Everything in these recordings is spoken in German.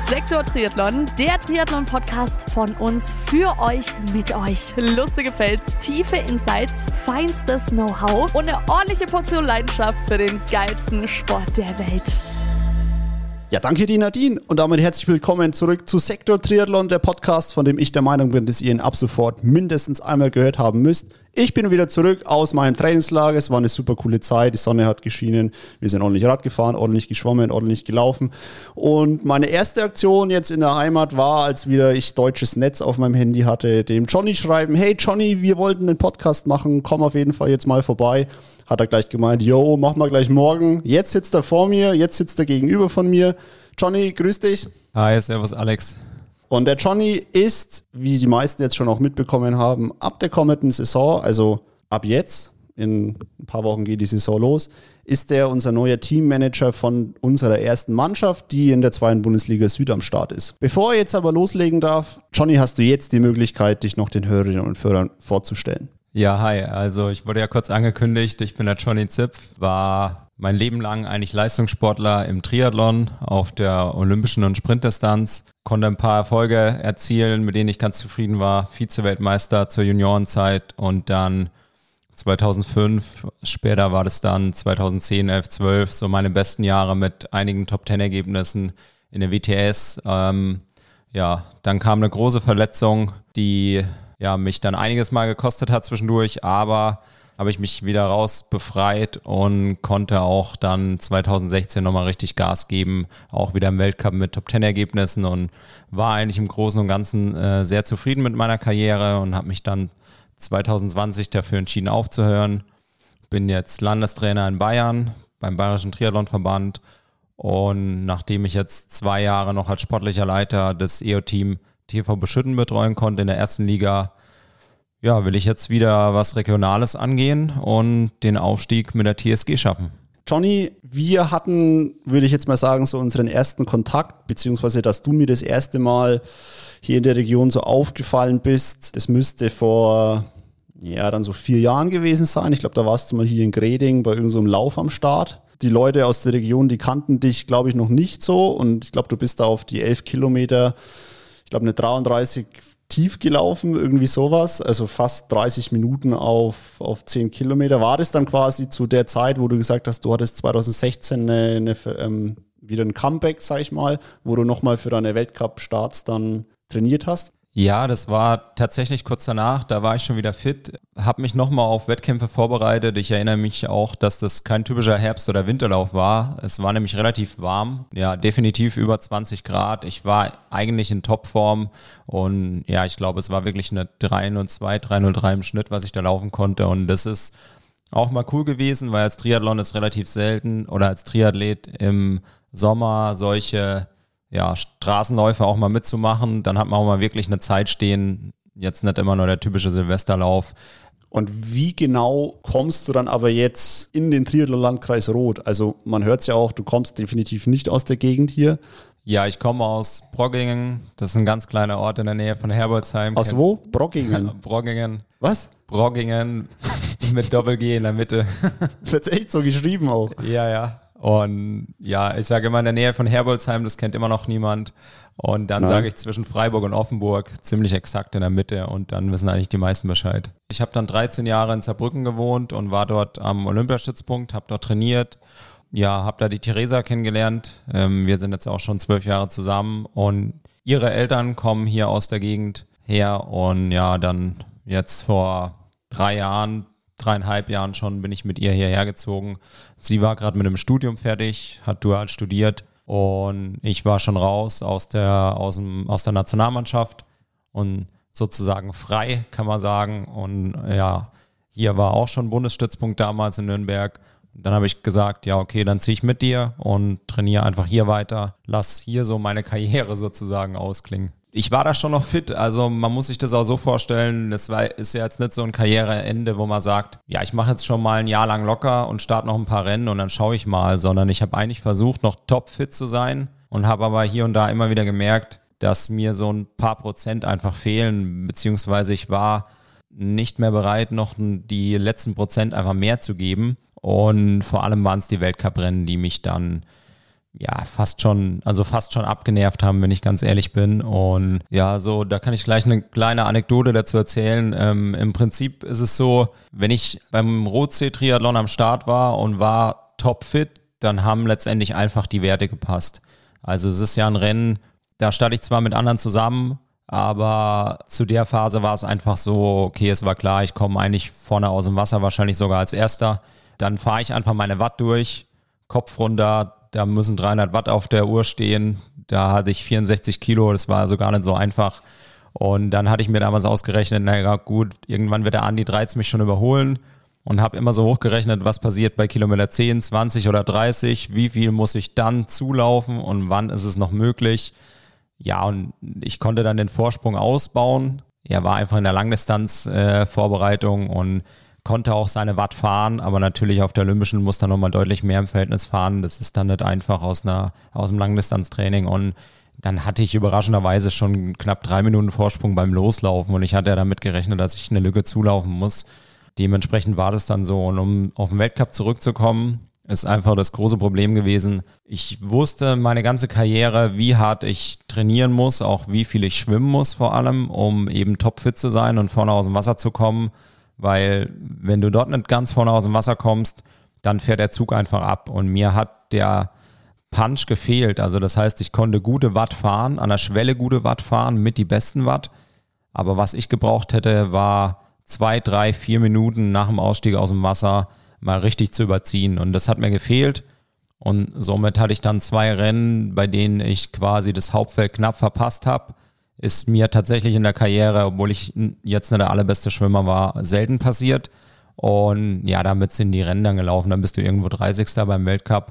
Sektor Triathlon, der Triathlon-Podcast von uns für euch, mit euch. Lustige Fails, tiefe Insights, feinstes Know-how und eine ordentliche Portion Leidenschaft für den geilsten Sport der Welt. Ja, danke die Nadine und damit herzlich willkommen zurück zu Sektor Triathlon, der Podcast, von dem ich der Meinung bin, dass ihr ihn ab sofort mindestens einmal gehört haben müsst. Ich bin wieder zurück aus meinem Trainingslager. Es war eine super coole Zeit. Die Sonne hat geschienen. Wir sind ordentlich Rad gefahren, ordentlich geschwommen, ordentlich gelaufen. Und meine erste Aktion jetzt in der Heimat war, als wieder ich deutsches Netz auf meinem Handy hatte, dem Johnny schreiben: Hey Johnny, wir wollten einen Podcast machen. Komm auf jeden Fall jetzt mal vorbei. Hat er gleich gemeint: Yo, mach mal gleich morgen. Jetzt sitzt er vor mir, jetzt sitzt er gegenüber von mir. Johnny, grüß dich. Hi, servus Alex. Und der Johnny ist, wie die meisten jetzt schon auch mitbekommen haben, ab der kommenden Saison, also ab jetzt, in ein paar Wochen geht die Saison los, ist der unser neuer Teammanager von unserer ersten Mannschaft, die in der 2. Bundesliga Süd am Start ist. Bevor er jetzt aber loslegen darf, Johnny, hast du jetzt die Möglichkeit, dich noch den Hörerinnen und Hörern vorzustellen. Ja, hi, also ich wurde ja kurz angekündigt, ich bin der Johnny Zipf, war mein Leben lang eigentlich Leistungssportler im Triathlon auf der olympischen und Sprintdistanz, konnte ein paar Erfolge erzielen, mit denen ich ganz zufrieden war, Vize-Weltmeister zur Juniorenzeit und dann 2005, später war das dann 2010, 11, 12, so meine besten Jahre mit einigen Top-10-Ergebnissen in der WTS. Dann kam eine große Verletzung, die mich dann einiges Mal gekostet hat zwischendurch, aber habe ich mich wieder raus befreit und konnte auch dann 2016 nochmal richtig Gas geben, auch wieder im Weltcup mit Top-10-Ergebnissen und war eigentlich im Großen und Ganzen sehr zufrieden mit meiner Karriere und habe mich dann 2020 dafür entschieden aufzuhören. Bin jetzt Landestrainer in Bayern beim Bayerischen Triathlonverband und nachdem ich jetzt 2 Jahre noch als sportlicher Leiter des EO-Team TV Beschütten betreuen konnte in der ersten Liga, will ich jetzt wieder was Regionales angehen und den Aufstieg mit der TSG schaffen. Johnny, wir hatten, würde ich jetzt mal sagen, so unseren ersten Kontakt, beziehungsweise dass du mir das erste Mal hier in der Region so aufgefallen bist. Das müsste vor, dann so 4 Jahren gewesen sein. Ich glaube, da warst du mal hier in Greding bei irgendeinem so Lauf am Start. Die Leute aus der Region, die kannten dich, glaube ich, noch nicht so. Und ich glaube, du bist da auf die 11 Kilometer, ich glaube, eine 33 tief gelaufen, irgendwie sowas, also fast 30 Minuten auf 10 Kilometer. War das dann quasi zu der Zeit, wo du gesagt hast, du hattest 2016 wieder ein Comeback, sag ich mal, wo du nochmal für deine Weltcup-Starts dann trainiert hast? Ja, das war tatsächlich kurz danach, da war ich schon wieder fit, habe mich nochmal auf Wettkämpfe vorbereitet. Ich erinnere mich auch, dass das kein typischer Herbst- oder Winterlauf war. Es war nämlich relativ warm, definitiv über 20 Grad. Ich war eigentlich in Topform und ich glaube, es war wirklich eine 3:02, 3:03 im Schnitt, was ich da laufen konnte und das ist auch mal cool gewesen, weil als Triathlon ist relativ selten oder als Triathlet im Sommer solche Straßenläufe auch mal mitzumachen, dann hat man auch mal wirklich eine Zeit stehen, jetzt nicht immer nur der typische Silvesterlauf. Und wie genau kommst du dann aber jetzt in den Triathlon-Landkreis Roth? Also man hört es ja auch, du kommst definitiv nicht aus der Gegend hier. Ja, ich komme aus Broggingen, das ist ein ganz kleiner Ort in der Nähe von Herbolzheim. Aus wo? Broggingen? Broggingen. Was? Broggingen mit Doppel-G in der Mitte. Wird echt so geschrieben auch. Ja. Und ich sage immer in der Nähe von Herbolzheim, das kennt immer noch niemand. Und dann sage ich zwischen Freiburg und Offenburg, ziemlich exakt in der Mitte und dann wissen eigentlich die meisten Bescheid. Ich habe dann 13 Jahre in Saarbrücken gewohnt und war dort am Olympiastützpunkt, habe dort trainiert. Habe da die Theresa kennengelernt. Wir sind jetzt auch schon 12 Jahre zusammen und ihre Eltern kommen hier aus der Gegend her und dann jetzt vor 3,5 Jahren schon bin ich mit ihr hierher gezogen. Sie war gerade mit dem Studium fertig, hat dual studiert und ich war schon raus aus der Nationalmannschaft und sozusagen frei, kann man sagen. Und hier war auch schon Bundesstützpunkt damals in Nürnberg. Dann habe ich gesagt, dann ziehe ich mit dir und trainiere einfach hier weiter. Lass hier so meine Karriere sozusagen ausklingen. Ich war da schon noch fit, also man muss sich das auch so vorstellen, ist ja jetzt nicht so ein Karriereende, wo man sagt, ich mache jetzt schon mal ein Jahr lang locker und starte noch ein paar Rennen und dann schaue ich mal, sondern ich habe eigentlich versucht, noch topfit zu sein und habe aber hier und da immer wieder gemerkt, dass mir so ein paar Prozent einfach fehlen, beziehungsweise ich war nicht mehr bereit, noch die letzten Prozent einfach mehr zu geben und vor allem waren es die Weltcuprennen, die mich dann fast schon abgenervt haben, wenn ich ganz ehrlich bin. Und ja, so, da kann ich gleich eine kleine Anekdote dazu erzählen. Im Prinzip ist es so, wenn ich beim Rotsee-Triathlon am Start war und war topfit, dann haben letztendlich einfach die Werte gepasst. Also es ist ja ein Rennen, da starte ich zwar mit anderen zusammen, aber zu der Phase war es einfach so, okay, es war klar, ich komme eigentlich vorne aus dem Wasser, wahrscheinlich sogar als Erster. Dann fahre ich einfach meine Watt durch, Kopf runter, da müssen 300 Watt auf der Uhr stehen. Da hatte ich 64 Kilo, das war also gar nicht so einfach. Und dann hatte ich mir damals ausgerechnet, naja gut, irgendwann wird der Andi Dreiz mich schon überholen und habe immer so hochgerechnet, was passiert bei Kilometer 10, 20 oder 30, wie viel muss ich dann zulaufen und wann ist es noch möglich. Ja, und ich konnte dann den Vorsprung ausbauen. Er war einfach in der Langdistanz-Vorbereitung und konnte auch seine Watt fahren, aber natürlich auf der Olympischen muss er nochmal deutlich mehr im Verhältnis fahren. Das ist dann nicht einfach aus dem Langdistanztraining. Und dann hatte ich überraschenderweise schon knapp 3 Minuten Vorsprung beim Loslaufen und ich hatte ja damit gerechnet, dass ich eine Lücke zulaufen muss. Dementsprechend war das dann so. Und um auf den Weltcup zurückzukommen, ist einfach das große Problem gewesen. Ich wusste meine ganze Karriere, wie hart ich trainieren muss, auch wie viel ich schwimmen muss vor allem, um eben topfit zu sein und vorne aus dem Wasser zu kommen. Weil wenn du dort nicht ganz vorne aus dem Wasser kommst, dann fährt der Zug einfach ab. Und mir hat der Punch gefehlt. Also das heißt, ich konnte gute Watt fahren, an der Schwelle gute Watt fahren, mit die besten Watt. Aber was ich gebraucht hätte, war 2, 3, 4 Minuten nach dem Ausstieg aus dem Wasser mal richtig zu überziehen. Und das hat mir gefehlt. Und somit hatte ich dann 2 Rennen, bei denen ich quasi das Hauptfeld knapp verpasst habe. Ist mir tatsächlich in der Karriere, obwohl ich jetzt nicht der allerbeste Schwimmer war, selten passiert. Und ja, damit sind die Rennen dann gelaufen. Dann bist du irgendwo 30. beim Weltcup.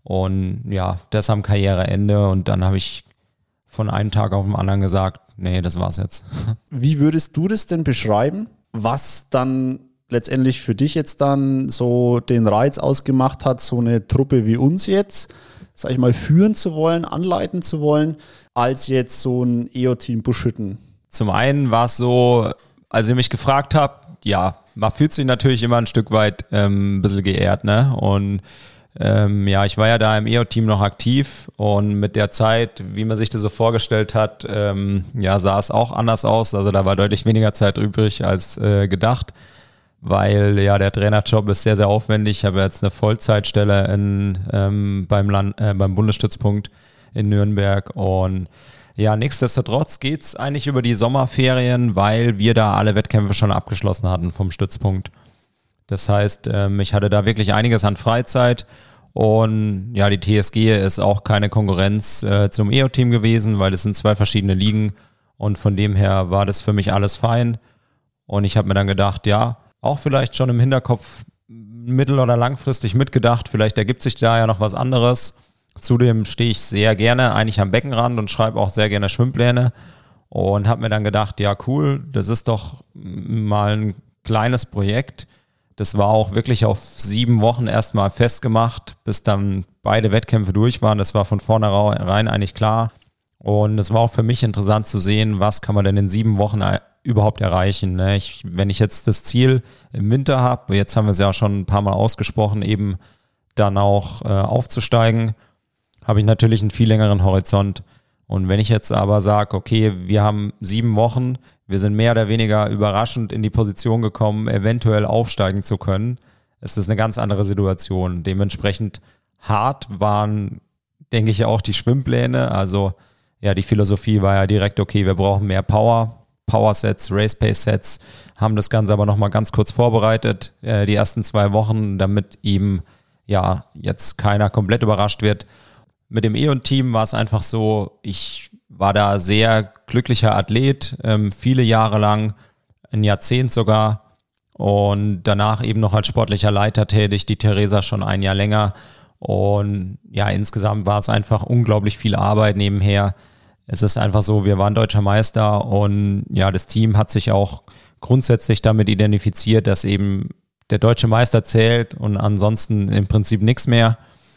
Und ja, das am Karriereende. Und dann habe ich von einem Tag auf den anderen gesagt, nee, das war's jetzt. Wie würdest du das denn beschreiben, was dann letztendlich für dich jetzt dann so den Reiz ausgemacht hat, so eine Truppe wie uns jetzt, sag ich mal, führen zu wollen, anleiten zu wollen, als jetzt so ein EO-Team Busch-Hütten? Zum einen war es so, als ihr mich gefragt habt, ja, man fühlt sich natürlich immer ein Stück weit ein bisschen geehrt, ne? Und ich war ja da im EO-Team noch aktiv und mit der Zeit, wie man sich das so vorgestellt hat, sah es auch anders aus. Also da war deutlich weniger Zeit übrig als gedacht, weil ja der Trainerjob ist sehr, sehr aufwendig. Ich habe jetzt eine Vollzeitstelle beim Bundesstützpunkt in Nürnberg und ja, nichtsdestotrotz geht es eigentlich über die Sommerferien, weil wir da alle Wettkämpfe schon abgeschlossen hatten vom Stützpunkt. Das heißt, ich hatte da wirklich einiges an Freizeit und ja, die TSG ist auch keine Konkurrenz zum EO-Team gewesen, weil es sind 2 verschiedene Ligen und von dem her war das für mich alles fein und ich habe mir dann gedacht, ja, auch vielleicht schon im Hinterkopf mittel- oder langfristig mitgedacht, vielleicht ergibt sich da ja noch was anderes. Zudem stehe ich sehr gerne eigentlich am Beckenrand und schreibe auch sehr gerne Schwimmpläne und habe mir dann gedacht, ja cool, das ist doch mal ein kleines Projekt. Das war auch wirklich auf 7 Wochen erstmal festgemacht, bis dann beide Wettkämpfe durch waren. Das war von vornherein eigentlich klar. Und es war auch für mich interessant zu sehen, was kann man denn in 7 Wochen überhaupt erreichen. Ne? Wenn ich jetzt das Ziel im Winter habe, jetzt haben wir es ja schon ein paar Mal ausgesprochen, eben dann auch aufzusteigen, habe ich natürlich einen viel längeren Horizont. Und wenn ich jetzt aber sage, okay, wir haben 7 Wochen, wir sind mehr oder weniger überraschend in die Position gekommen, eventuell aufsteigen zu können, ist das eine ganz andere Situation. Dementsprechend hart waren, denke ich, auch die Schwimmpläne. Also ja, die Philosophie war ja direkt, okay, wir brauchen mehr Power-Sets, Race-Pace-Sets, haben das Ganze aber nochmal ganz kurz vorbereitet, die ersten 2 Wochen, damit eben ja jetzt keiner komplett überrascht wird. Mit dem EO-Team war es einfach so, ich war da sehr glücklicher Athlet, viele Jahre lang, ein Jahrzehnt sogar und danach eben noch als sportlicher Leiter tätig, die Theresa schon ein Jahr länger und ja, insgesamt war es einfach unglaublich viel Arbeit nebenher. Es ist einfach so, wir waren deutscher Meister und ja, das Team hat sich auch grundsätzlich damit identifiziert, dass eben der deutsche Meister zählt und ansonsten im Prinzip nichts mehr.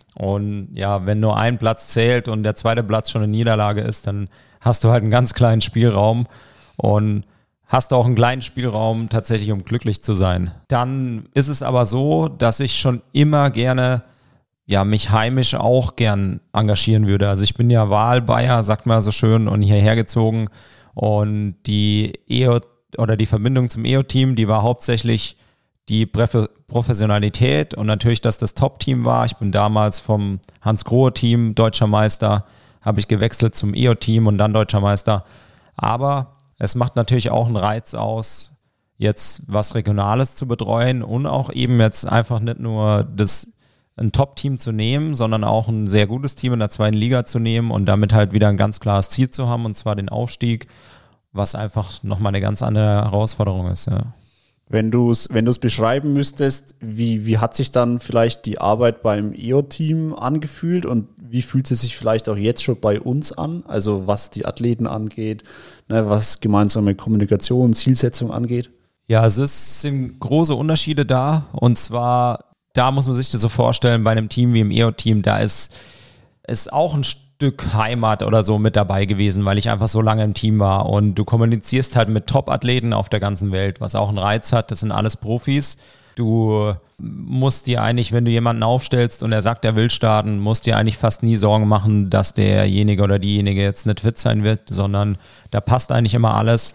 Und ja, wenn nur ein Platz zählt und der zweite Platz schon eine Niederlage ist, dann hast du halt einen ganz kleinen Spielraum und hast auch einen kleinen Spielraum tatsächlich, um glücklich zu sein. Dann ist es aber so, dass ich schon immer gerne mich heimisch auch gern engagieren würde. Also ich bin ja Wahlbayer, sagt man so schön, und hierher gezogen. Und die Verbindung zum EO-Team, die war hauptsächlich die Professionalität und natürlich, dass das Top-Team war. Ich bin damals vom Hans-Grohe-Team Deutscher Meister, habe ich gewechselt zum EO-Team und dann Deutscher Meister. Aber es macht natürlich auch einen Reiz aus, jetzt was Regionales zu betreuen und auch eben jetzt einfach nicht nur ein Top-Team zu nehmen, sondern auch ein sehr gutes Team in der 2. Liga zu nehmen und damit halt wieder ein ganz klares Ziel zu haben, und zwar den Aufstieg, was einfach nochmal eine ganz andere Herausforderung ist, ja. Wenn du es beschreiben müsstest, wie hat sich dann vielleicht die Arbeit beim EO-Team angefühlt und wie fühlt sie sich vielleicht auch jetzt schon bei uns an? Also was die Athleten angeht, ne, was gemeinsame Kommunikation, Zielsetzung angeht? Ja, sind große Unterschiede da, und zwar, da muss man sich das so vorstellen, bei einem Team wie im EO-Team, da ist auch ein Stück Heimat oder so mit dabei gewesen, weil ich einfach so lange im Team war, und du kommunizierst halt mit Top-Athleten auf der ganzen Welt, was auch einen Reiz hat. Das sind alles Profis. Du musst dir eigentlich, wenn du jemanden aufstellst und er sagt, er will starten, musst dir eigentlich fast nie Sorgen machen, dass derjenige oder diejenige jetzt nicht fit sein wird, sondern da passt eigentlich immer alles.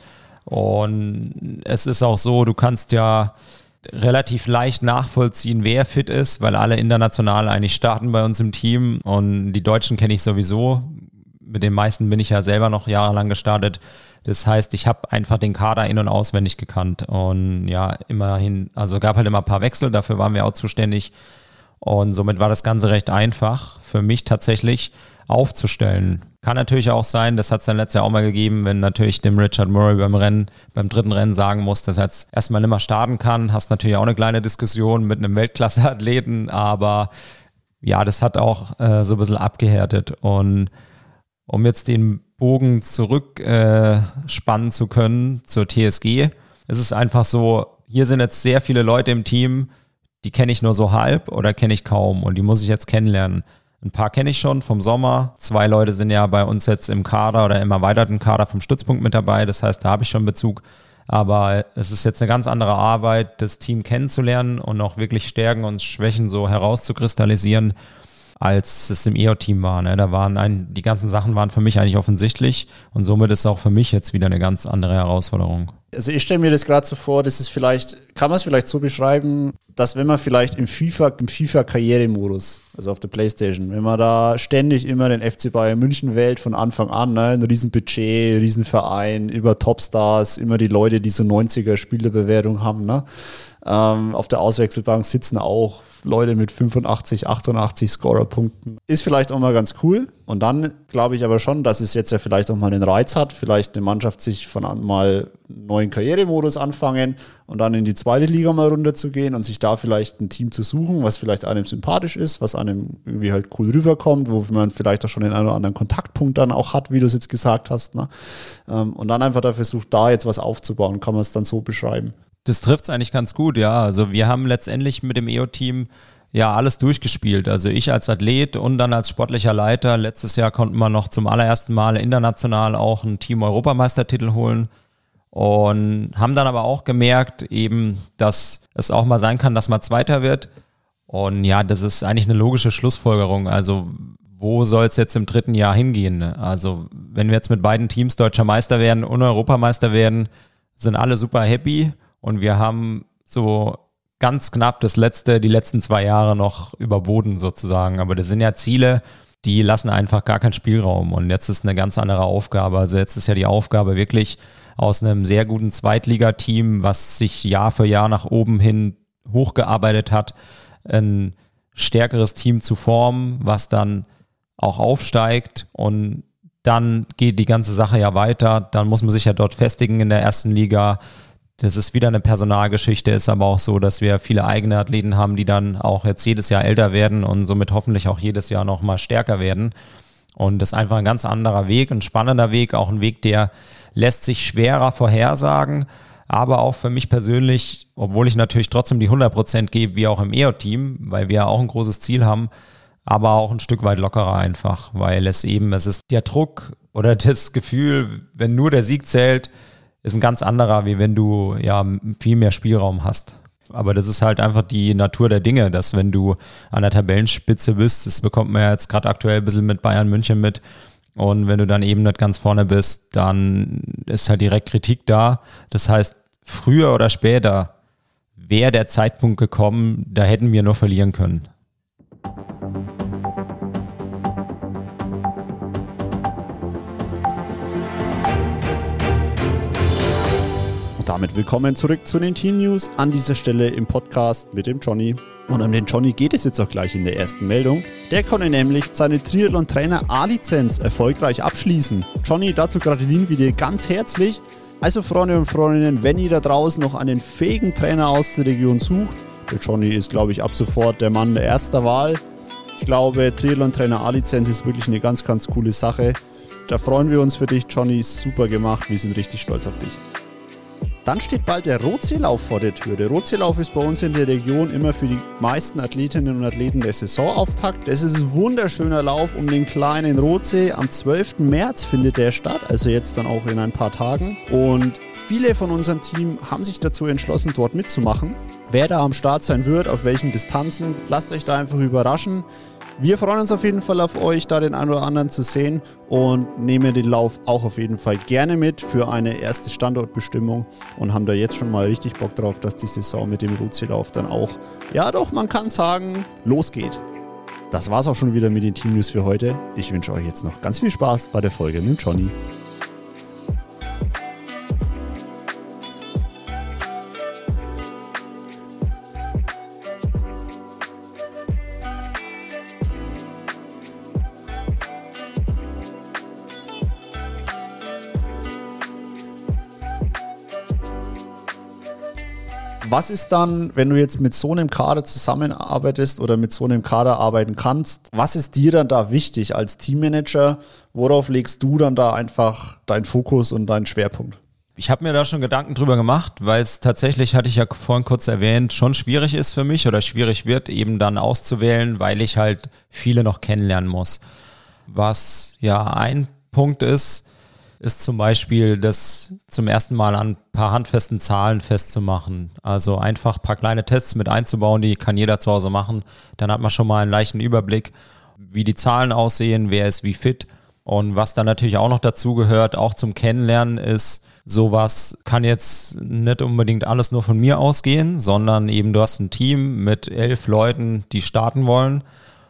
Und es ist auch so, du kannst ja relativ leicht nachvollziehen, wer fit ist, weil alle international eigentlich starten bei uns im Team, und die Deutschen kenne ich sowieso. Mit den meisten bin ich ja selber noch jahrelang gestartet. Das heißt, ich habe einfach den Kader in- und auswendig gekannt, und ja, immerhin, also gab halt immer ein paar Wechsel, dafür waren wir auch zuständig, und somit war das Ganze recht einfach für mich tatsächlich aufzustellen. Kann natürlich auch sein, das hat es dann letztes Jahr auch mal gegeben, wenn natürlich dem Richard Murray beim dritten Rennen sagen muss, dass er jetzt erstmal nicht mehr starten kann, hast natürlich auch eine kleine Diskussion mit einem Weltklasse-Athleten, aber ja, das hat auch so ein bisschen abgehärtet, und um jetzt den Bogen zurück spannen zu können zur TSG, es ist einfach so, hier sind jetzt sehr viele Leute im Team, die kenne ich nur so halb oder kenne ich kaum, und die muss ich jetzt kennenlernen. Ein paar kenne ich schon vom Sommer. 2 Leute sind ja bei uns jetzt im Kader oder im erweiterten Kader vom Stützpunkt mit dabei. Das heißt, da habe ich schon Bezug. Aber es ist jetzt eine ganz andere Arbeit, das Team kennenzulernen und auch wirklich Stärken und Schwächen so herauszukristallisieren, als es im EO-Team war. Ne? Die ganzen Sachen waren für mich eigentlich offensichtlich, und somit ist es auch für mich jetzt wieder eine ganz andere Herausforderung. Also ich stelle mir das gerade so vor, kann man es vielleicht so beschreiben, dass wenn man vielleicht im FIFA-Karrieremodus, also auf der Playstation, wenn man da ständig immer den FC Bayern München wählt von Anfang an, ne, ein Riesenbudget, Riesenverein, über Topstars, immer die Leute, die so 90er-Spielerbewertung haben, ne? Auf der Auswechselbank sitzen auch Leute mit 85, 88 Scorerpunkten. Ist vielleicht auch mal ganz cool. Und dann glaube ich aber schon, dass es jetzt ja vielleicht auch mal den Reiz hat, vielleicht eine Mannschaft sich von an mal einen neuen Karrieremodus anfangen und dann in die 2. Liga mal runterzugehen und sich da vielleicht ein Team zu suchen, was vielleicht einem sympathisch ist, was einem irgendwie halt cool rüberkommt, wo man vielleicht auch schon den einen oder anderen Kontaktpunkt dann auch hat, wie du es jetzt gesagt hast. Ne? Und dann einfach dafür sucht, da jetzt was aufzubauen, kann man es dann so beschreiben. Das trifft es eigentlich ganz gut, ja. Also wir haben letztendlich mit dem EO-Team ja alles durchgespielt. Also ich als Athlet und dann als sportlicher Leiter. Letztes Jahr konnten wir noch zum allerersten Mal international auch einen Team-Europameistertitel holen und haben dann aber auch gemerkt eben, dass es auch mal sein kann, dass man Zweiter wird. Und ja, das ist eigentlich eine logische Schlussfolgerung. Also wo soll es jetzt im 3. Jahr hingehen? Ne? Also wenn wir jetzt mit beiden Teams Deutscher Meister werden und Europameister werden, sind alle super happy. Und wir haben so ganz knapp die letzten 2 Jahre noch überboten sozusagen. Aber das sind ja Ziele, die lassen einfach gar keinen Spielraum. Und jetzt ist eine ganz andere Aufgabe. Also jetzt ist ja die Aufgabe wirklich aus einem sehr guten Zweitligateam, was sich Jahr für Jahr nach oben hin hochgearbeitet hat, ein stärkeres Team zu formen, was dann auch aufsteigt, und dann geht die ganze Sache ja weiter. Dann muss man sich ja dort festigen in der 1. Liga. Das ist wieder eine Personalgeschichte, ist aber auch so, dass wir viele eigene Athleten haben, die dann auch jetzt jedes Jahr älter werden und somit hoffentlich auch jedes Jahr noch mal stärker werden. Und das ist einfach ein ganz anderer Weg, ein spannender Weg, auch ein Weg, der lässt sich schwerer vorhersagen, aber auch für mich persönlich, obwohl ich natürlich trotzdem die 100% gebe, wie auch im EO-Team, weil wir auch ein großes Ziel haben, aber auch ein Stück weit lockerer einfach, weil es ist der Druck oder das Gefühl, wenn nur der Sieg zählt, ist ein ganz anderer, wie wenn du ja viel mehr Spielraum hast. Aber das ist halt einfach die Natur der Dinge, dass wenn du an der Tabellenspitze bist, das bekommt man ja jetzt gerade aktuell ein bisschen mit Bayern München mit, und wenn du dann eben nicht ganz vorne bist, dann ist halt direkt Kritik da. Das heißt, früher oder später wäre der Zeitpunkt gekommen, da hätten wir nur verlieren können. Und damit willkommen zurück zu den Team News an dieser Stelle im Podcast mit dem Johnny. Und um den Johnny geht es jetzt auch gleich in der ersten Meldung. Der konnte nämlich seine Triathlon-Trainer A-Lizenz erfolgreich abschließen. Johnny, dazu gratulieren wir dir ganz herzlich. Also Freunde und Freundinnen, wenn ihr da draußen noch einen fähigen Trainer aus der Region sucht, der Johnny ist, glaube ich, ab sofort der Mann der ersten Wahl. Ich glaube, Triathlon-Trainer A-Lizenz ist wirklich eine ganz, ganz coole Sache. Da freuen wir uns für dich, Johnny. Super gemacht. Wir sind richtig stolz auf dich. Dann steht bald der Rotseelauf vor der Tür. Der Rotseelauf ist bei uns in der Region immer für die meisten Athletinnen und Athleten der Saisonauftakt. Das ist ein wunderschöner Lauf um den kleinen Rotsee. Am 12. März findet der statt, also jetzt dann auch in ein paar Tagen. Und viele von unserem Team haben sich dazu entschlossen, dort mitzumachen. Wer da am Start sein wird, auf welchen Distanzen, lasst euch da einfach überraschen. Wir freuen uns auf jeden Fall auf euch, da den einen oder anderen zu sehen, und nehmen den Lauf auch auf jeden Fall gerne mit für eine erste Standortbestimmung und haben da jetzt schon mal richtig Bock drauf, dass die Saison mit dem Rotseelauf dann auch, ja doch, man kann sagen, losgeht. Das war's auch schon wieder mit den Team News für heute. Ich wünsche euch jetzt noch ganz viel Spaß bei der Folge mit Johnny. Was ist dann, wenn du jetzt mit so einem Kader zusammenarbeitest oder mit so einem Kader arbeiten kannst, was ist dir dann da wichtig als Teammanager? Worauf legst du dann da einfach deinen Fokus und deinen Schwerpunkt? Ich habe mir da schon Gedanken drüber gemacht, weil es tatsächlich, hatte ich ja vorhin kurz erwähnt, schon schwierig ist für mich oder schwierig wird, eben dann auszuwählen, weil ich halt viele noch kennenlernen muss. Was ja ein Punkt ist zum Beispiel, das zum ersten Mal an ein paar handfesten Zahlen festzumachen. Also einfach ein paar kleine Tests mit einzubauen, die kann jeder zu Hause machen. Dann hat man schon mal einen leichten Überblick, wie die Zahlen aussehen, wer ist wie fit. Und was dann natürlich auch noch dazu gehört, auch zum Kennenlernen, ist, sowas kann jetzt nicht unbedingt alles nur von mir ausgehen, sondern eben du hast ein Team mit 11 Leuten, die starten wollen,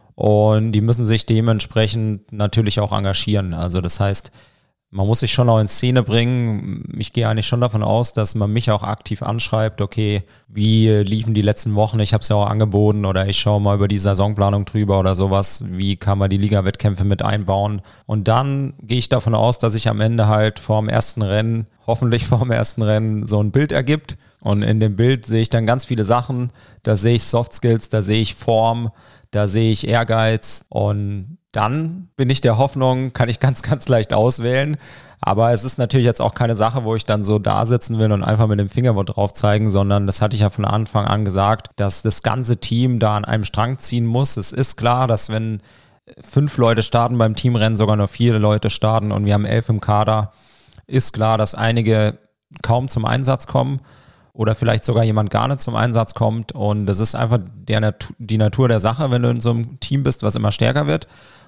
und die müssen sich dementsprechend natürlich auch engagieren. Also das heißt, man muss sich schon auch in Szene bringen. Ich gehe eigentlich schon davon aus, dass man mich auch aktiv anschreibt, okay, wie liefen die letzten Wochen? Ich habe es ja auch angeboten, oder ich schaue mal über die Saisonplanung drüber oder sowas. Wie kann man die Liga-Wettkämpfe mit einbauen? Und dann gehe ich davon aus, dass sich am Ende halt hoffentlich vor dem ersten Rennen so ein Bild ergibt. Und in dem Bild sehe ich dann ganz viele Sachen. Da sehe ich Soft Skills, da sehe ich Form, da sehe ich Ehrgeiz, und dann bin ich der Hoffnung, kann ich ganz, ganz leicht auswählen. Aber es ist natürlich jetzt auch keine Sache, wo ich dann so da sitzen will und einfach mit dem Finger drauf zeigen, sondern das hatte ich ja von Anfang an gesagt, dass das ganze Team da an einem Strang ziehen muss. Es ist klar, dass wenn 5 Leute starten beim Teamrennen, sogar nur 4 Leute starten und wir haben 11 im Kader, ist klar, dass einige kaum zum Einsatz kommen oder vielleicht sogar jemand gar nicht zum Einsatz kommt. Und das ist einfach die Natur der Sache, wenn du in so einem Team bist, was immer stärker wird.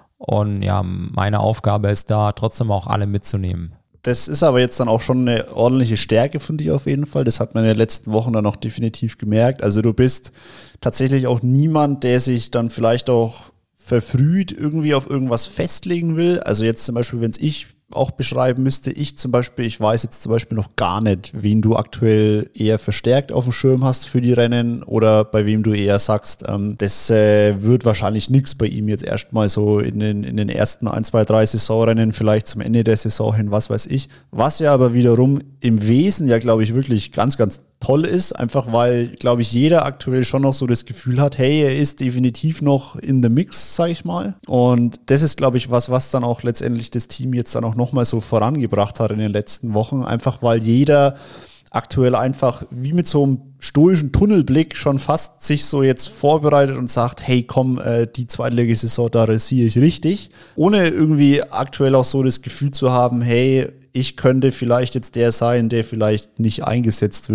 Und ja, meine Aufgabe ist da trotzdem auch alle mitzunehmen. Das ist aber jetzt dann auch schon eine ordentliche Stärke von dir auf jeden Fall. Das hat man in den letzten Wochen dann auch definitiv gemerkt. Also du bist tatsächlich auch niemand, der sich dann vielleicht auch verfrüht irgendwie auf irgendwas festlegen will. Also jetzt zum Beispiel, wenn es ich auch beschreiben müsste, ich weiß jetzt zum Beispiel noch gar nicht, wen du aktuell eher verstärkt auf dem Schirm hast für die Rennen oder bei wem du eher sagst, das wird wahrscheinlich nichts bei ihm jetzt erstmal so in den ersten 1, 2, 3 Saisonrennen, vielleicht zum Ende der Saison hin, was weiß ich. Was ja aber wiederum im Wesen ja, glaube ich, wirklich ganz, ganz toll ist, einfach weil, glaube ich, jeder aktuell schon noch so das Gefühl hat, hey, er ist definitiv noch in the mix, sag ich mal. Und das ist, glaube ich, was dann auch letztendlich das Team jetzt dann auch nochmal so vorangebracht hat in den letzten Wochen, einfach weil jeder aktuell einfach wie mit so einem stoischen Tunnelblick schon fast sich so jetzt vorbereitet und sagt, hey komm, die zweitledige Saison, da rasiere ich richtig. Ohne irgendwie aktuell auch so das Gefühl zu haben, hey, ich könnte vielleicht jetzt der sein, der vielleicht nicht eingesetzt wird.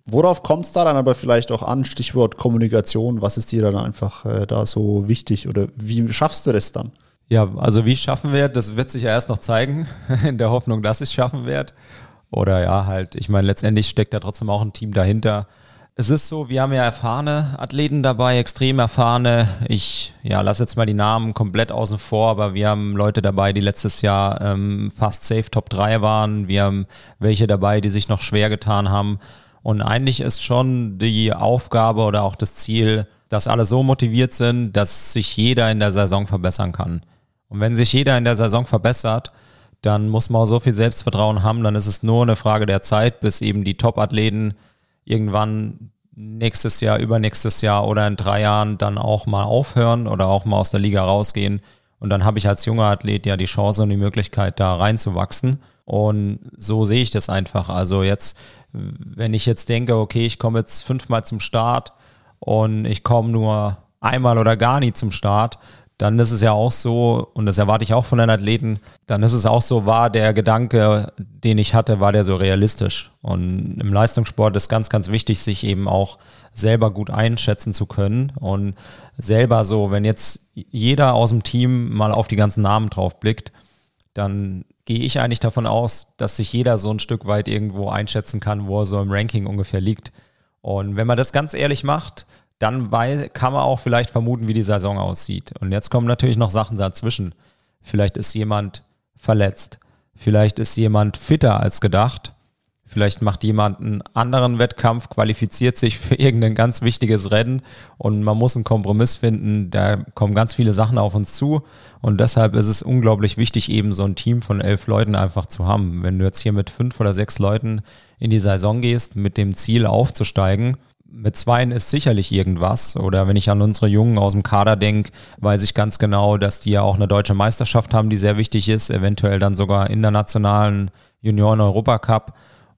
Worauf kommt es da dann aber vielleicht auch an? Stichwort Kommunikation. Was ist dir dann einfach da so wichtig oder wie schaffst du das dann? Ja, also wie es schaffen wird, das wird sich ja erst noch zeigen, in der Hoffnung, dass ich es schaffen werde. Oder ja, halt, ich meine, letztendlich steckt da trotzdem auch ein Team dahinter. Es ist so, wir haben ja erfahrene Athleten dabei, extrem erfahrene. Ich lasse jetzt mal die Namen komplett außen vor, aber wir haben Leute dabei, die letztes Jahr fast safe Top 3 waren. Wir haben welche dabei, die sich noch schwer getan haben. Und eigentlich ist schon die Aufgabe oder auch das Ziel, dass alle so motiviert sind, dass sich jeder in der Saison verbessern kann. Und wenn sich jeder in der Saison verbessert, dann muss man auch so viel Selbstvertrauen haben, dann ist es nur eine Frage der Zeit, bis eben die Top-Athleten irgendwann nächstes Jahr, übernächstes Jahr oder in 3 Jahren dann auch mal aufhören oder auch mal aus der Liga rausgehen. Und dann habe ich als junger Athlet ja die Chance und die Möglichkeit, da reinzuwachsen. Und so sehe ich das einfach. Also jetzt, wenn ich jetzt denke, okay, ich komme jetzt 5-mal zum Start und ich komme nur einmal oder gar nie zum Start, dann ist es ja auch so, und das erwarte ich auch von den Athleten, dann ist es auch so, war der Gedanke, den ich hatte, war der so realistisch. Und im Leistungssport ist ganz, ganz wichtig, sich eben auch selber gut einschätzen zu können und selber so, wenn jetzt jeder aus dem Team mal auf die ganzen Namen drauf blickt, dann gehe ich eigentlich davon aus, dass sich jeder so ein Stück weit irgendwo einschätzen kann, wo er so im Ranking ungefähr liegt. Und wenn man das ganz ehrlich macht, dann kann man auch vielleicht vermuten, wie die Saison aussieht. Und jetzt kommen natürlich noch Sachen dazwischen. Vielleicht ist jemand verletzt. Vielleicht ist jemand fitter als gedacht. Vielleicht macht jemand einen anderen Wettkampf, qualifiziert sich für irgendein ganz wichtiges Rennen und man muss einen Kompromiss finden. Da kommen ganz viele Sachen auf uns zu und deshalb ist es unglaublich wichtig, eben so ein Team von 11 Leuten einfach zu haben. Wenn du jetzt hier mit 5 oder 6 Leuten in die Saison gehst, mit dem Ziel aufzusteigen, mit 2 ist sicherlich irgendwas. Oder wenn ich an unsere Jungen aus dem Kader denke, weiß ich ganz genau, dass die ja auch eine deutsche Meisterschaft haben, die sehr wichtig ist, eventuell dann sogar internationalen Junioren-Europacup.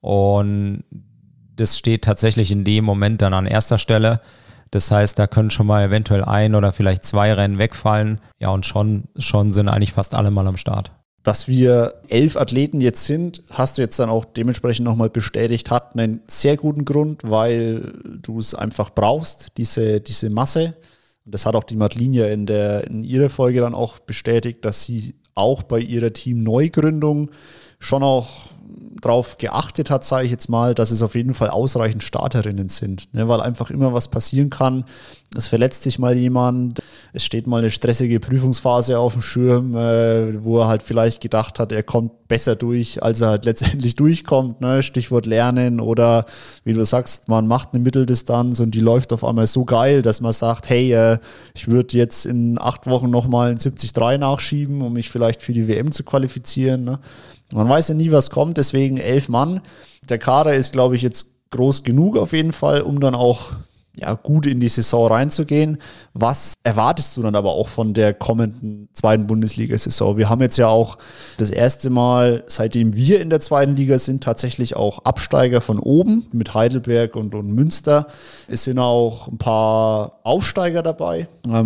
Und das steht tatsächlich in dem Moment dann an erster Stelle. Das heißt, da können schon mal eventuell 1 oder vielleicht 2 Rennen wegfallen. Ja, und schon sind eigentlich fast alle mal am Start. Dass wir 11 Athleten jetzt sind, hast du jetzt dann auch dementsprechend nochmal bestätigt, hat einen sehr guten Grund, weil du es einfach brauchst, diese Masse. Und das hat auch die Madeline in ihrer Folge dann auch bestätigt, dass sie auch bei ihrer Team-Neugründung schon auch drauf geachtet hat, sage ich jetzt mal, dass es auf jeden Fall ausreichend Starterinnen sind, ne, weil einfach immer was passieren kann. Es verletzt sich mal jemand, es steht mal eine stressige Prüfungsphase auf dem Schirm, wo er halt vielleicht gedacht hat, er kommt besser durch, als er halt letztendlich durchkommt, ne? Stichwort Lernen oder wie du sagst, man macht eine Mitteldistanz und die läuft auf einmal so geil, dass man sagt, hey, ich würde jetzt in 8 Wochen nochmal ein 73 nachschieben, um mich vielleicht für die WM zu qualifizieren, ne? Man weiß ja nie, was kommt, deswegen 11 Mann. Der Kader ist, glaube ich, jetzt groß genug auf jeden Fall, um dann auch gut in die Saison reinzugehen. Was erwartest du dann aber auch von der kommenden 2. Bundesliga-Saison? Wir haben jetzt ja auch das erste Mal, seitdem wir in der 2. Liga sind, tatsächlich auch Absteiger von oben mit Heidelberg und Münster. Es sind auch ein paar Aufsteiger dabei.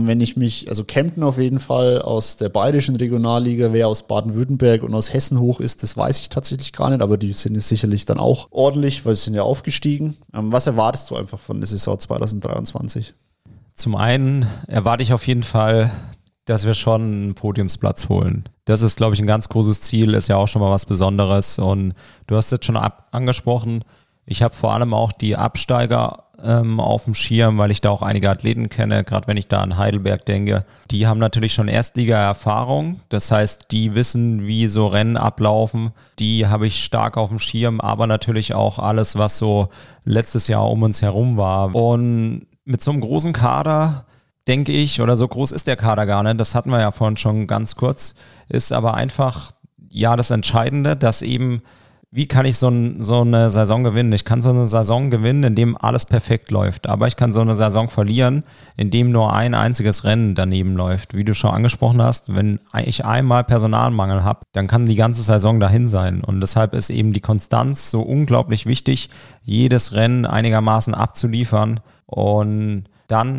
Also Kempten auf jeden Fall aus der bayerischen Regionalliga, wer aus Baden-Württemberg und aus Hessen hoch ist, das weiß ich tatsächlich gar nicht, aber die sind sicherlich dann auch ordentlich, weil sie sind ja aufgestiegen. Was erwartest du einfach von der Saison 2023? Zum einen erwarte ich auf jeden Fall, dass wir schon einen Podiumsplatz holen. Das ist, glaube ich, ein ganz großes Ziel, ist ja auch schon mal was Besonderes und du hast jetzt schon angesprochen, ich habe vor allem auch die Absteiger auf dem Schirm, weil ich da auch einige Athleten kenne, gerade wenn ich da an Heidelberg denke. Die haben natürlich schon Erstliga-Erfahrung, das heißt, die wissen, wie so Rennen ablaufen. Die habe ich stark auf dem Schirm, aber natürlich auch alles, was so letztes Jahr um uns herum war. Und mit so einem großen Kader, denke ich, oder so groß ist der Kader gar nicht, das hatten wir ja vorhin schon ganz kurz, ist aber einfach, das Entscheidende, dass eben wie kann ich so eine Saison gewinnen? Ich kann so eine Saison gewinnen, in dem alles perfekt läuft. Aber ich kann so eine Saison verlieren, in dem nur ein einziges Rennen daneben läuft. Wie du schon angesprochen hast, wenn ich einmal Personalmangel habe, dann kann die ganze Saison dahin sein. Und deshalb ist eben die Konstanz so unglaublich wichtig, jedes Rennen einigermaßen abzuliefern. Und dann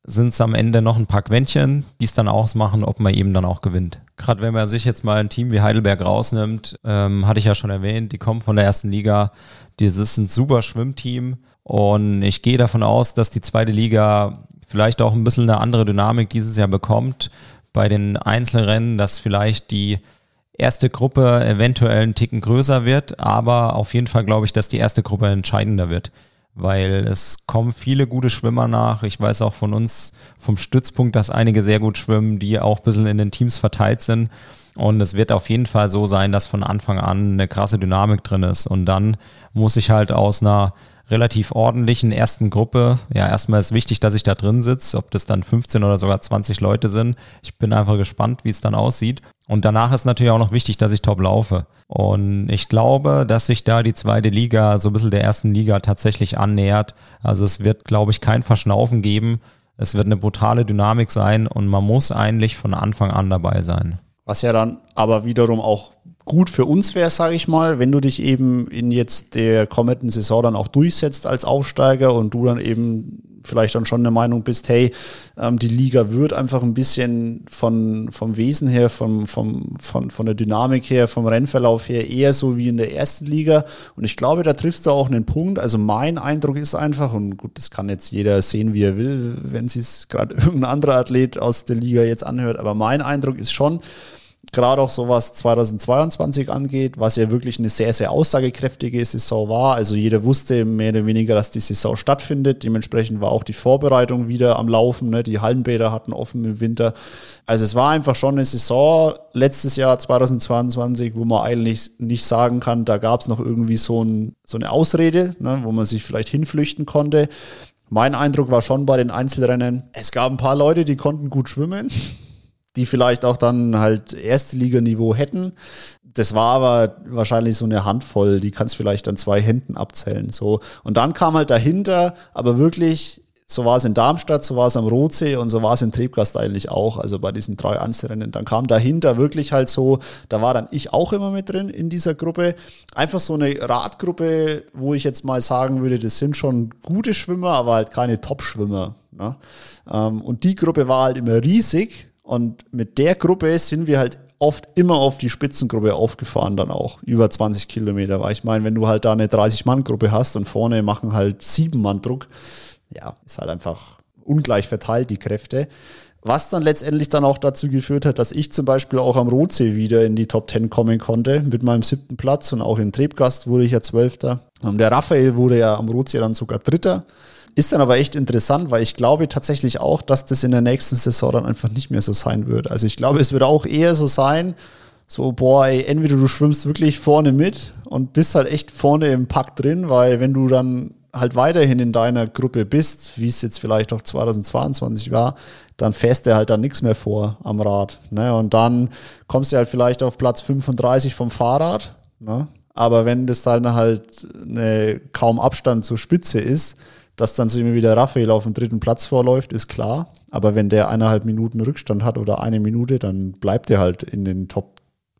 sind es am Ende noch ein paar Quäntchen, die es dann ausmachen, ob man eben dann auch gewinnt. Gerade wenn man sich jetzt mal ein Team wie Heidelberg rausnimmt, hatte ich ja schon erwähnt, die kommen von der ersten Liga, das ist ein super Schwimmteam und ich gehe davon aus, dass die zweite Liga vielleicht auch ein bisschen eine andere Dynamik dieses Jahr bekommt bei den Einzelrennen, dass vielleicht die erste Gruppe eventuell einen Ticken größer wird, aber auf jeden Fall glaube ich, dass die erste Gruppe entscheidender wird, weil es kommen viele gute Schwimmer nach. Ich weiß auch von uns vom Stützpunkt, dass einige sehr gut schwimmen, die auch ein bisschen in den Teams verteilt sind und es wird auf jeden Fall so sein, dass von Anfang an eine krasse Dynamik drin ist und dann muss ich halt aus einer relativ ordentlichen ersten Gruppe. Ja, erstmal ist wichtig, dass ich da drin sitze, ob das dann 15 oder sogar 20 Leute sind. Ich bin einfach gespannt, wie es dann aussieht. Und danach ist natürlich auch noch wichtig, dass ich top laufe. Und ich glaube, dass sich da die zweite Liga so ein bisschen der ersten Liga tatsächlich annähert. Also es wird, glaube ich, kein Verschnaufen geben. Es wird eine brutale Dynamik sein und man muss eigentlich von Anfang an dabei sein. Was ja dann aber wiederum auch gut für uns wäre, sage ich mal, wenn du dich eben in jetzt der kommenden Saison dann auch durchsetzt als Aufsteiger und du dann eben vielleicht dann schon der Meinung bist, hey, die Liga wird einfach ein bisschen vom Wesen her, von der Dynamik her, vom Rennverlauf her eher so wie in der ersten Liga. Und ich glaube, da triffst du auch einen Punkt. Also mein Eindruck ist einfach, und gut, das kann jetzt jeder sehen, wie er will, wenn es gerade irgendein anderer Athlet aus der Liga jetzt anhört, aber mein Eindruck ist schon, gerade auch so was 2022 angeht, was ja wirklich eine sehr, sehr aussagekräftige Saison war. Also jeder wusste mehr oder weniger, dass die Saison stattfindet. Dementsprechend war auch die Vorbereitung wieder am Laufen. Ne? Die Hallenbäder hatten offen im Winter. Also es war einfach schon eine Saison letztes Jahr 2022, wo man eigentlich nicht sagen kann, da gab es noch irgendwie so eine Ausrede, ne? Wo man sich vielleicht hinflüchten konnte. Mein Eindruck war schon bei den Einzelrennen, es gab ein paar Leute, die konnten gut schwimmen, die vielleicht auch dann halt Erste-Liga-Niveau hätten. Das war aber wahrscheinlich so eine Handvoll, die kannst vielleicht an 2 Händen abzählen. So. Und dann kam halt dahinter, aber wirklich, so war es in Darmstadt, so war es am Rotsee und so war es in Trebgast eigentlich auch, also bei diesen 3 Einzelrennen. Dann kam dahinter wirklich halt so, da war dann ich auch immer mit drin in dieser Gruppe. Einfach so eine Radgruppe, wo ich jetzt mal sagen würde, das sind schon gute Schwimmer, aber halt keine Top-Schwimmer. Ne? Und die Gruppe war halt immer riesig. Und mit der Gruppe sind wir halt oft immer auf die Spitzengruppe aufgefahren dann auch, über 20 Kilometer. Weil ich meine, wenn du halt da eine 30-Mann-Gruppe hast und vorne machen halt 7 Mann Druck, ja, ist halt einfach ungleich verteilt, die Kräfte. Was dann letztendlich dann auch dazu geführt hat, dass ich zum Beispiel auch am Rotsee wieder in die Top 10 kommen konnte, mit meinem 7. Platz und auch in Trebgast wurde ich ja 12. Der Raphael wurde ja am Rotsee dann sogar 3. Ist dann aber echt interessant, weil ich glaube tatsächlich auch, dass das in der nächsten Saison dann einfach nicht mehr so sein wird. Also ich glaube, es wird auch eher so sein, so, boah, ey, entweder du schwimmst wirklich vorne mit und bist halt echt vorne im Pack drin, weil wenn du dann halt weiterhin in deiner Gruppe bist, wie es jetzt vielleicht auch 2022 war, dann fährst du halt dann nichts mehr vor am Rad. Ne? Und dann kommst du halt vielleicht auf Platz 35 vom Fahrrad. Ne? Aber wenn das dann halt kaum Abstand zur Spitze ist, dass dann so immer wieder Raphael auf dem 3. Platz vorläuft, ist klar. Aber wenn der 1,5 Minuten Rückstand hat oder 1 Minute, dann bleibt er halt in den Top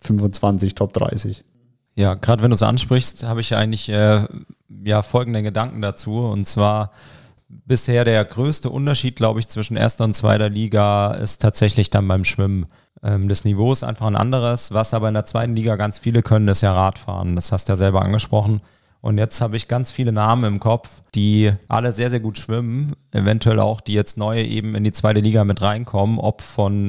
25, Top 30. Ja, gerade wenn du es ansprichst, habe ich eigentlich folgende Gedanken dazu. Und zwar bisher der größte Unterschied, glaube ich, zwischen erster und zweiter Liga ist tatsächlich dann beim Schwimmen. Das Niveau ist einfach ein anderes. Was aber in der zweiten Liga ganz viele können, ist ja Radfahren. Das hast du ja selber angesprochen. Und jetzt habe ich ganz viele Namen im Kopf, die alle sehr, sehr gut schwimmen. Eventuell auch, die jetzt neu eben in die zweite Liga mit reinkommen, ob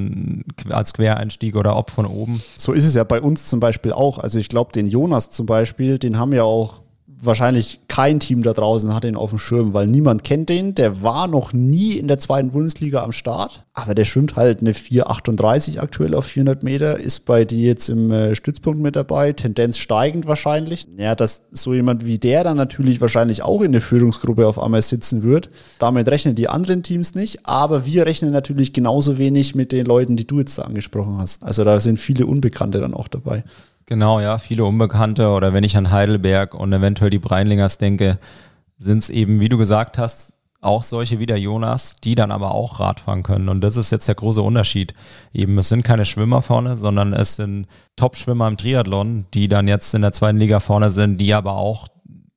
als Quereinstieg oder ob von oben. So ist es ja bei uns zum Beispiel auch. Also ich glaube, den Jonas zum Beispiel, den haben ja auch wahrscheinlich kein Team da draußen hat ihn auf dem Schirm, weil niemand kennt den. Der war noch nie in der 2. Bundesliga am Start, aber der schwimmt halt eine 4,38 aktuell auf 400 Meter, ist bei dir jetzt im Stützpunkt mit dabei, Tendenz steigend wahrscheinlich. Ja, dass so jemand wie der dann natürlich wahrscheinlich auch in der Führungsgruppe auf einmal sitzen wird. Damit rechnen die anderen Teams nicht, aber wir rechnen natürlich genauso wenig mit den Leuten, die du jetzt da angesprochen hast. Also da sind viele Unbekannte dann auch dabei. Genau, ja, viele Unbekannte oder wenn ich an Heidelberg und eventuell die Breinlingers denke, sind es eben, wie du gesagt hast, auch solche wie der Jonas, die dann aber auch Radfahren können und das ist jetzt der große Unterschied. Eben, es sind keine Schwimmer vorne, sondern es sind Top-Schwimmer im Triathlon, die dann jetzt in der 2. Liga vorne sind, die aber auch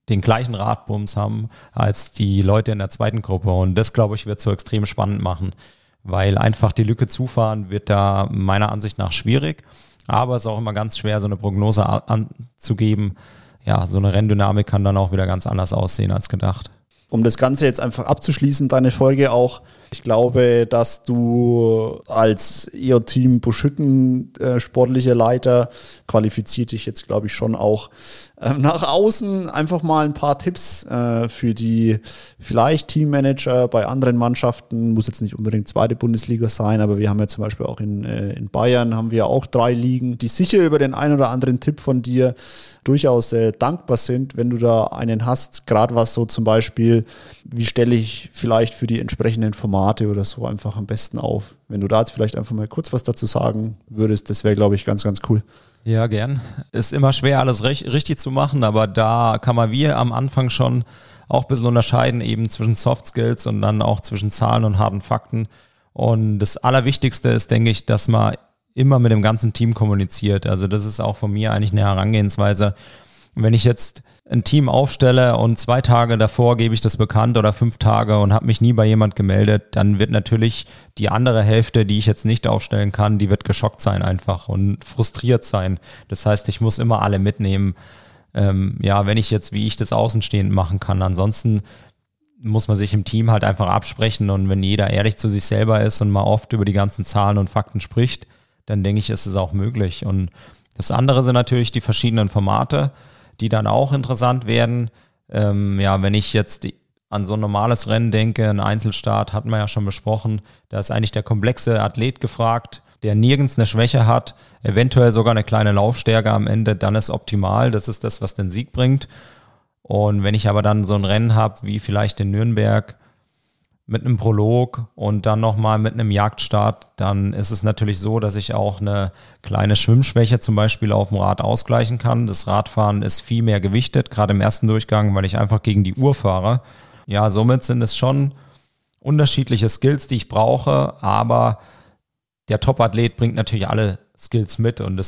den gleichen Radbums haben als die Leute in der zweiten Gruppe. Und das, glaube ich, wird so extrem spannend machen, weil einfach die Lücke zufahren wird da meiner Ansicht nach schwierig. Aber es ist auch immer ganz schwer, so eine Prognose anzugeben. Ja, so eine Renndynamik kann dann auch wieder ganz anders aussehen als gedacht. Um das Ganze jetzt einfach abzuschließen, deine Folge auch. Ich glaube, dass du als EO-Team Buschütten sportlicher Leiter qualifiziert dich jetzt, glaube ich, schon auch nach außen. Einfach mal ein paar Tipps für die vielleicht Teammanager bei anderen Mannschaften. Muss jetzt nicht unbedingt zweite Bundesliga sein, aber wir haben ja zum Beispiel auch in Bayern haben wir auch 3 Ligen, die sicher über den einen oder anderen Tipp von dir durchaus dankbar sind, wenn du da einen hast. Gerade was so zum Beispiel, wie stelle ich vielleicht für die entsprechenden Formate oder so einfach am besten auf. Wenn du da jetzt vielleicht einfach mal kurz was dazu sagen würdest, das wäre, glaube ich, ganz, ganz cool. Ja, gern. Ist immer schwer, alles richtig zu machen, aber da kann man wie am Anfang schon auch ein bisschen unterscheiden, eben zwischen Soft Skills und dann auch zwischen Zahlen und harten Fakten. Und das Allerwichtigste ist, denke ich, dass man immer mit dem ganzen Team kommuniziert. Also das ist auch von mir eigentlich eine Herangehensweise. Wenn ich jetzt ein Team aufstelle und 2 Tage davor gebe ich das bekannt oder 5 Tage und habe mich nie bei jemand gemeldet, dann wird natürlich die andere Hälfte, die ich jetzt nicht aufstellen kann, die wird geschockt sein einfach und frustriert sein. Das heißt, ich muss immer alle mitnehmen, wenn ich jetzt, wie ich das außenstehend machen kann. Ansonsten muss man sich im Team halt einfach absprechen und wenn jeder ehrlich zu sich selber ist und mal oft über die ganzen Zahlen und Fakten spricht, dann denke ich, ist es auch möglich. Und das andere sind natürlich die verschiedenen Formate, die dann auch interessant werden. Wenn ich jetzt an so ein normales Rennen denke, ein Einzelstart hatten wir ja schon besprochen, da ist eigentlich der komplexe Athlet gefragt, der nirgends eine Schwäche hat, eventuell sogar eine kleine Laufstärke am Ende, dann ist optimal, das ist das, was den Sieg bringt. Und wenn ich aber dann so ein Rennen habe, wie vielleicht in Nürnberg, mit einem Prolog und dann nochmal mit einem Jagdstart, dann ist es natürlich so, dass ich auch eine kleine Schwimmschwäche zum Beispiel auf dem Rad ausgleichen kann. Das Radfahren ist viel mehr gewichtet, gerade im ersten Durchgang, weil ich einfach gegen die Uhr fahre. Ja, somit sind es schon unterschiedliche Skills, die ich brauche, aber der Top-Athlet bringt natürlich alle Skills mit und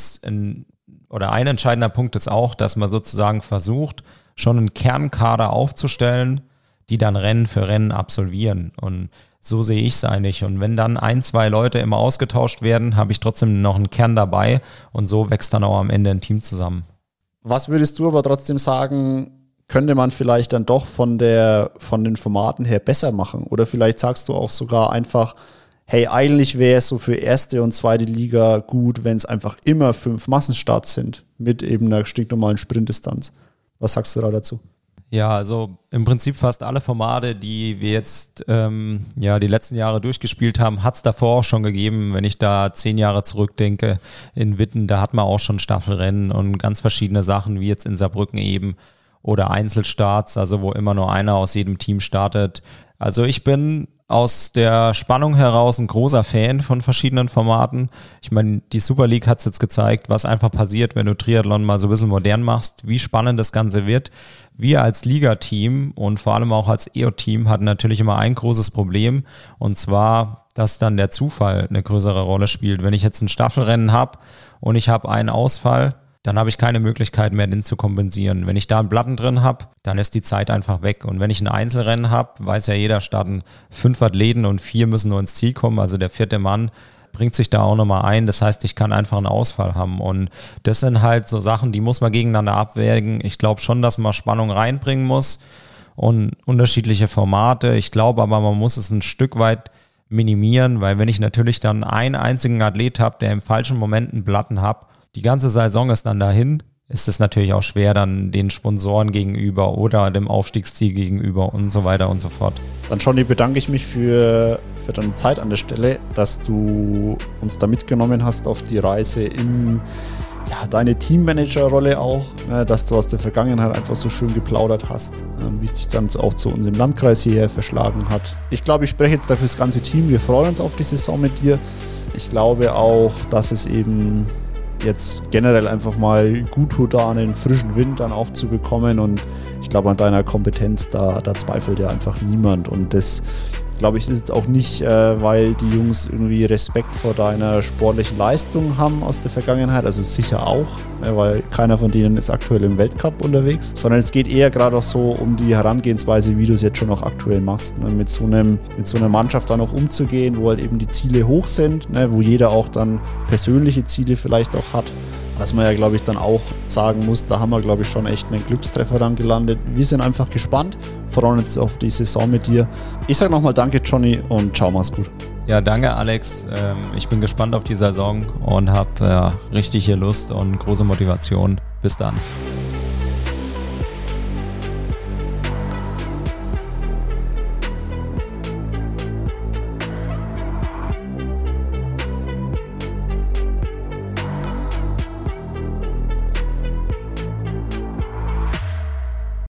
ein entscheidender Punkt ist auch, dass man sozusagen versucht, schon einen Kernkader aufzustellen, die dann Rennen für Rennen absolvieren. Und so sehe ich es eigentlich. Und wenn dann 1, 2 Leute immer ausgetauscht werden, habe ich trotzdem noch einen Kern dabei und so wächst dann auch am Ende ein Team zusammen. Was würdest du aber trotzdem sagen, könnte man vielleicht dann doch von den Formaten her besser machen? Oder vielleicht sagst du auch sogar einfach, hey, eigentlich wäre es so für erste und zweite Liga gut, wenn es einfach immer 5 Massenstarts sind mit eben einer stinknormalen Sprintdistanz. Was sagst du da dazu? Ja, also im Prinzip fast alle Formate, die wir jetzt die letzten Jahre durchgespielt haben, hat es davor auch schon gegeben. Wenn ich da 10 Jahre zurückdenke, in Witten, da hat man auch schon Staffelrennen und ganz verschiedene Sachen, wie jetzt in Saarbrücken eben, oder Einzelstarts, also wo immer nur einer aus jedem Team startet. Also ich bin aus der Spannung heraus ein großer Fan von verschiedenen Formaten. Ich meine, die Super League hat es jetzt gezeigt, was einfach passiert, wenn du Triathlon mal so ein bisschen modern machst, wie spannend das Ganze wird. Wir als Liga-Team und vor allem auch als EO-Team hatten natürlich immer ein großes Problem, und zwar, dass dann der Zufall eine größere Rolle spielt. Wenn ich jetzt ein Staffelrennen habe und ich habe einen Ausfall, dann habe ich keine Möglichkeit mehr, den zu kompensieren. Wenn ich da einen Platten drin habe, dann ist die Zeit einfach weg. Und wenn ich ein Einzelrennen habe, weiß ja jeder, starten 5 Athleten und 4 müssen nur ins Ziel kommen. Also der 4. Mann bringt sich da auch nochmal ein. Das heißt, ich kann einfach einen Ausfall haben. Und das sind halt so Sachen, die muss man gegeneinander abwägen. Ich glaube schon, dass man Spannung reinbringen muss und unterschiedliche Formate. Ich glaube aber, man muss es ein Stück weit minimieren, weil wenn ich natürlich dann einen einzigen Athlet habe, der im falschen Moment einen Platten hat, die ganze Saison ist dann dahin, ist es natürlich auch schwer dann den Sponsoren gegenüber oder dem Aufstiegsziel gegenüber und so weiter und so fort. Dann Johnny, bedanke ich mich für deine Zeit an der Stelle, dass du uns da mitgenommen hast auf die Reise in deine Teammanager-Rolle auch, dass du aus der Vergangenheit einfach so schön geplaudert hast, wie es dich dann auch zu uns im Landkreis hierher verschlagen hat. Ich glaube, ich spreche jetzt dafür das ganze Team. Wir freuen uns auf die Saison mit dir. Ich glaube auch, dass es eben jetzt generell einfach mal gut tut, da einen frischen Wind dann auch zu bekommen, und ich glaube, an deiner Kompetenz, da zweifelt ja einfach niemand, und das Glaube ich, ist jetzt auch nicht, weil die Jungs irgendwie Respekt vor deiner sportlichen Leistung haben aus der Vergangenheit, also sicher auch, weil keiner von denen ist aktuell im Weltcup unterwegs, sondern es geht eher gerade auch so um die Herangehensweise, wie du es jetzt schon auch aktuell machst, ne? Mit so einer Mannschaft dann auch umzugehen, wo halt eben die Ziele hoch sind, ne? Wo jeder auch dann persönliche Ziele vielleicht auch hat. Was man ja, glaube ich, dann auch sagen muss, da haben wir, glaube ich, schon echt einen Glückstreffer dann gelandet. Wir sind einfach gespannt, freuen uns auf die Saison mit dir. Ich sage nochmal danke, Johnny, und ciao, mach's gut. Ja, danke, Alex. Ich bin gespannt auf die Saison und habe richtig hier Lust und große Motivation. Bis dann.